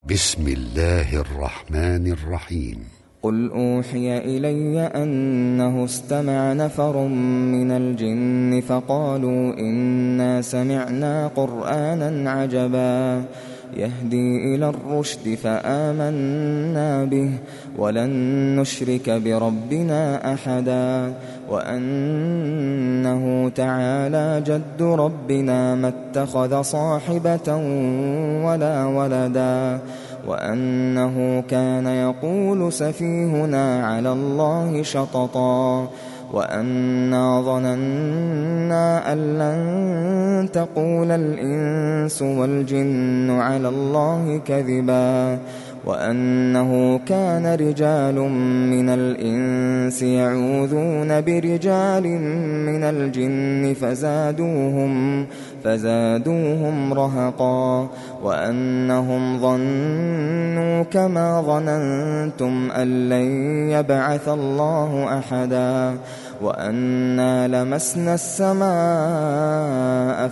بسم الله الرحمن الرحيم. قل أوحي إلي أنه استمع نفر من الجن فقالوا إنا سمعنا قرآنا عجبا يهدي إلى الرشد فآمنا به ولن نشرك بربنا أحدا وأنه تعالى جد ربنا ما اتخذ صاحبة ولا ولدا وأنه كان يقول سفيهنا على الله شططا وأنا ظننا أن لن تقول الإنس والجن على الله كذبا وأنه كان رجال من الإنس يعوذون برجال من الجن فزادوهم رهقا وأنهم ظنوا كما ظننتم أن لن يبعث الله أحدا وأنا لمسنا السماء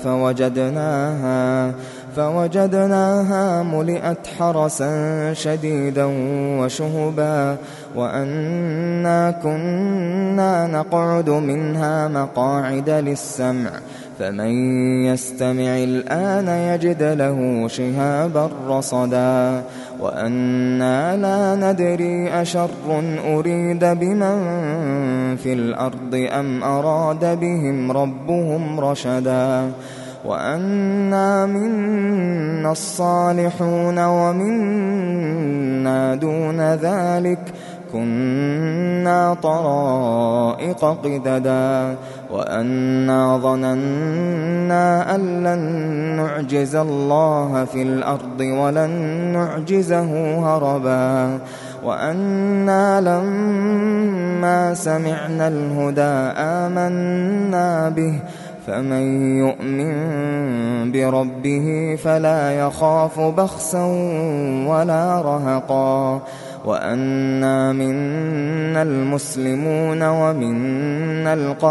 فوجدناها ملئت حرسا شديدا وشهبا وأنا كنا نقعد منها مقاعد للسمع فمن يستمع الآن يجد له شهابا رصدا وأنا لا ندري أشر أريد بمن في الأرض أم أراد بهم ربهم رشدا وأنا منا الصالحون ومنا دون ذلك كنا طرائق قددا وأنا ظننا أن لن نعجز الله في الأرض ولن نعجزه هربا وأنا لما سمعنا الهدى آمنا به فمن يؤمن بربه فلا يخاف بخسا ولا رهقا وأنا منا المسلمون ومنا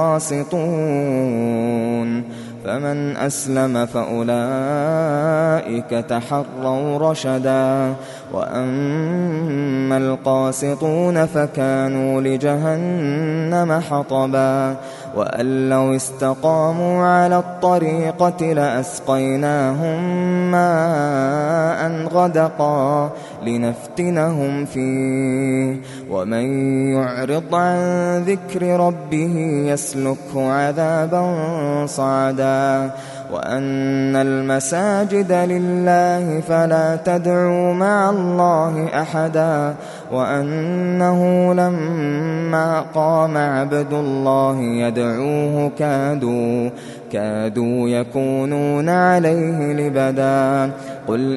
القاسطون فمن أسلم فأولئك تحروا رشدا وأما القاسطون فكانوا لجهنم حطبا وأن لو استقاموا على الطريقة لأسقيناهم ماء غدقا لنفتنهم فيه ومن يعرض عن ذكر ربه يسلكه عذابا صعدا وأن المساجد لله فلا تدعوا مع الله أحدا وأنه لما قام عبد الله يدعوه كادوا يكونون عليه لبدا قل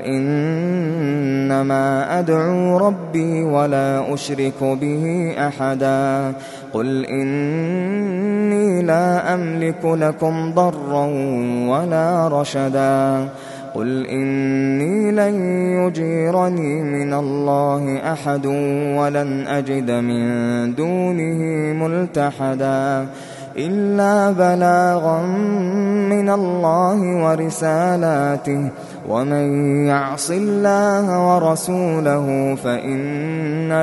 إنما أدعو ربي ولا أشرك به أحدا قل إني لا أملك لكم ضرا ولا رشدا قل إني لن يجيرني من الله أحد ولن أجد من دونه ملتحدا إلا بلاغا من الله ورسالاته ومن يعص الله ورسوله فإن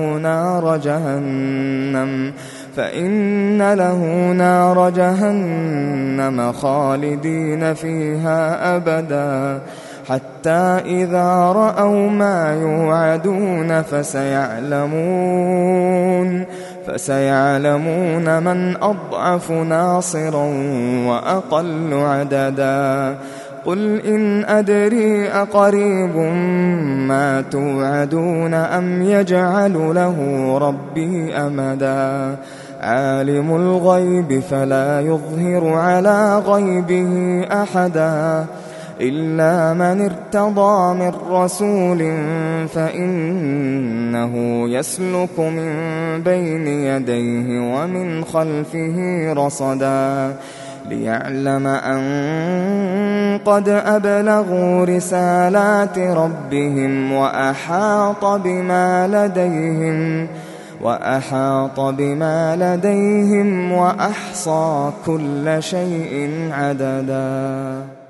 له نار جهنم خالدين فيها أبدا حتى إذا رأوا ما يوعدون فسيعلمون من أضعف ناصرا وأقل عددا قل إن أدري أقريب ما توعدون أم يجعل له ربي أمدا عالم الغيب فلا يظهر على غيبه أحدا إلا من ارتضى من رسول فإنه يسلك من بين يديه ومن خلفه رصدا ليعلم أن قد أبلغوا رسالات ربهم وأحاط بما لديهم وأحصى كل شيء عددا.